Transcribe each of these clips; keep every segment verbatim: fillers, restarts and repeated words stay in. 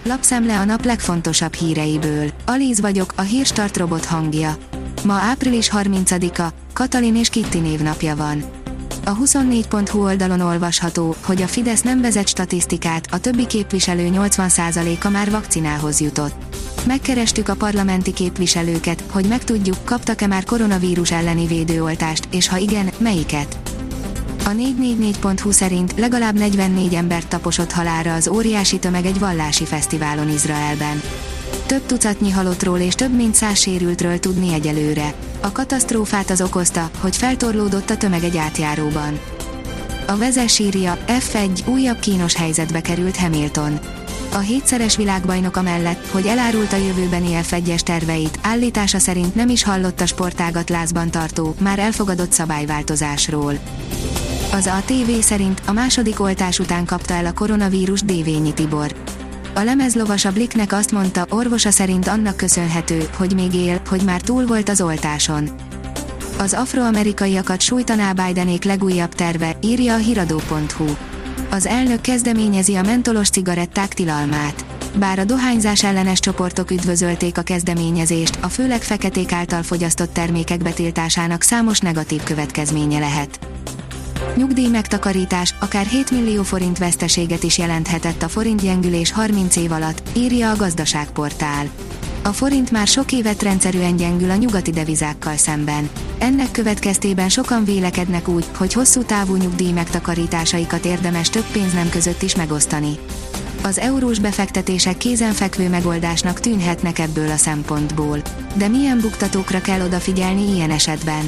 Lapszemle a nap legfontosabb híreiből. Alíz vagyok, a Hírstart robot hangja. Ma április harmincadika, Katalin és Kitti névnapja van. A huszonnégy pont hu oldalon olvasható, hogy a Fidesz nem vezet statisztikát, a többi képviselő nyolcvan százaléka már vakcinához jutott. Megkerestük a parlamenti képviselőket, hogy megtudjuk, kaptak-e már koronavírus elleni védőoltást, és ha igen, melyiket. A négy négy négy pont hu szerint legalább negyvennégy embert taposott halálra az óriási tömeg egy vallási fesztiválon Izraelben. Több tucatnyi halottról és több mint száz sérültről tudni egyelőre. A katasztrófát az okozta, hogy feltorlódott a tömeg egy átjáróban. A Vezes írja, ef egy újabb kínos helyzetbe került Hamilton. A hétszeres világbajnok amellett, hogy elárult a jövőbeni ef egyes terveit, állítása szerint nem is hallott a sportágat lázban tartó, már elfogadott szabályváltozásról. Az á té vé szerint a második oltás után kapta el a koronavírus Dévényi Tibor. A lemezlovas a Blicknek azt mondta, orvosa szerint annak köszönhető, hogy még él, hogy már túl volt az oltáson. Az afroamerikaiakat sújtaná Bidenék legújabb terve, írja a hiradó pont hu. Az elnök kezdeményezi a mentolos cigaretták tilalmát. Bár a dohányzás ellenes csoportok üdvözölték a kezdeményezést, a főleg feketék által fogyasztott termékek betiltásának számos negatív következménye lehet. Nyugdíj megtakarítás, akár hét millió forint veszteséget is jelenthetett a forintgyengülés harminc év alatt, írja a Gazdaságportál. A forint már sok évet rendszerűen gyengül a nyugati devizákkal szemben. Ennek következtében sokan vélekednek úgy, hogy hosszú távú nyugdíj megtakarításaikat érdemes több pénznem között is megosztani. Az eurós befektetések kézenfekvő megoldásnak tűnhetnek ebből a szempontból. De milyen buktatókra kell odafigyelni ilyen esetben?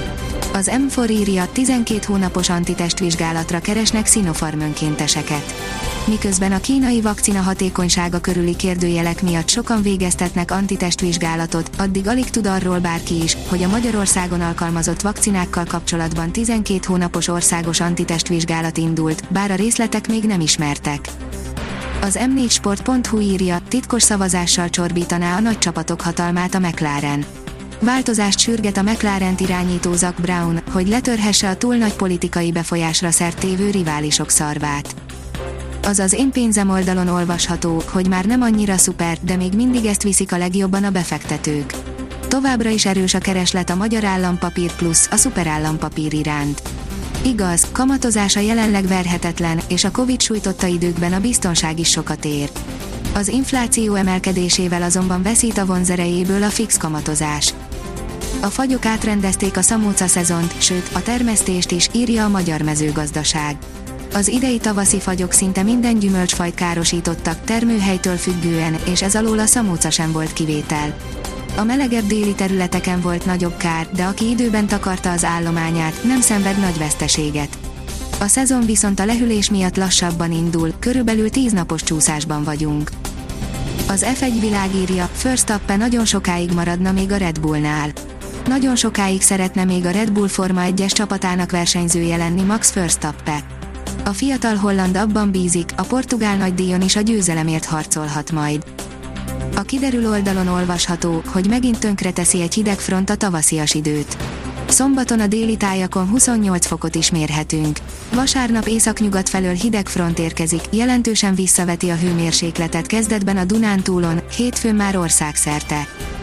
Az em négy írja, tizenkét hónapos antitestvizsgálatra keresnek Sinopharm önkénteseket. Miközben a kínai vakcina hatékonysága körüli kérdőjelek miatt sokan végeztetnek antitestvizsgálatot, addig alig tud arról bárki is, hogy a Magyarországon alkalmazott vakcinákkal kapcsolatban tizenkét hónapos országos antitestvizsgálat indult, bár a részletek még nem ismertek. Az em négy sport pont hu írja, titkos szavazással csorbítaná a nagy csapatok hatalmát a McLaren. Változást sürget a McLarent irányító Zak Brown, hogy letörhesse a túl nagy politikai befolyásra szert tévő riválisok szarvát. Azaz Én pénzem oldalon olvasható, hogy már nem annyira szuper, de még mindig ezt viszik a legjobban a befektetők. Továbbra is erős a kereslet a Magyar Állampapír Plusz, a szuperállampapír iránt. Igaz, kamatozása jelenleg verhetetlen, és a Covid sújtotta időkben a biztonság is sokat ér. Az infláció emelkedésével azonban veszít a vonzerejéből a fix kamatozás. A fagyok átrendezték a szamóca szezont, sőt, a termesztést is, írja a Magyar Mezőgazdaság. Az idei tavaszi fagyok szinte minden gyümölcsfajt károsítottak, termőhelytől függően, és ez alól a szamóca sem volt kivétel. A melegebb déli területeken volt nagyobb kár, de aki időben takarta az állományát, nem szenved nagy veszteséget. A szezon viszont a lehűlés miatt lassabban indul, körülbelül tíz napos csúszásban vagyunk. Az ef egy világírja, Verstappen nagyon sokáig maradna még a Red Bullnál. Nagyon sokáig szeretne még a Red Bull Forma egyes csapatának versenyzője lenni Max Verstappen. A fiatal holland abban bízik, a portugál nagydíjon is a győzelemért harcolhat majd. A kiderül oldalon olvasható, hogy megint tönkreteszi egy hideg front a tavaszias időt. Szombaton a déli tájakon huszonnyolc fokot is mérhetünk. Vasárnap északnyugat felől hideg front érkezik, jelentősen visszaveti a hőmérsékletet kezdetben a Dunántúlon, hétfőn már országszerte.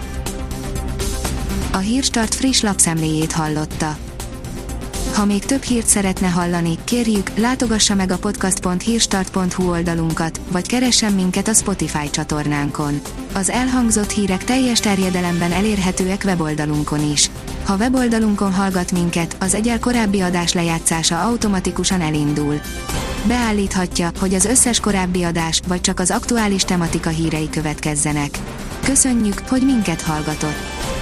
A Hírstart friss lapszemléjét hallotta. Ha még több hírt szeretne hallani, kérjük, látogassa meg a podcast pont hírstart pont hu oldalunkat, vagy keressen minket a Spotify csatornánkon. Az elhangzott hírek teljes terjedelemben elérhetőek weboldalunkon is. Ha weboldalunkon hallgat minket, az egyel korábbi adás lejátszása automatikusan elindul. Beállíthatja, hogy az összes korábbi adás, vagy csak az aktuális tematika hírei következzenek. Köszönjük, hogy minket hallgatott!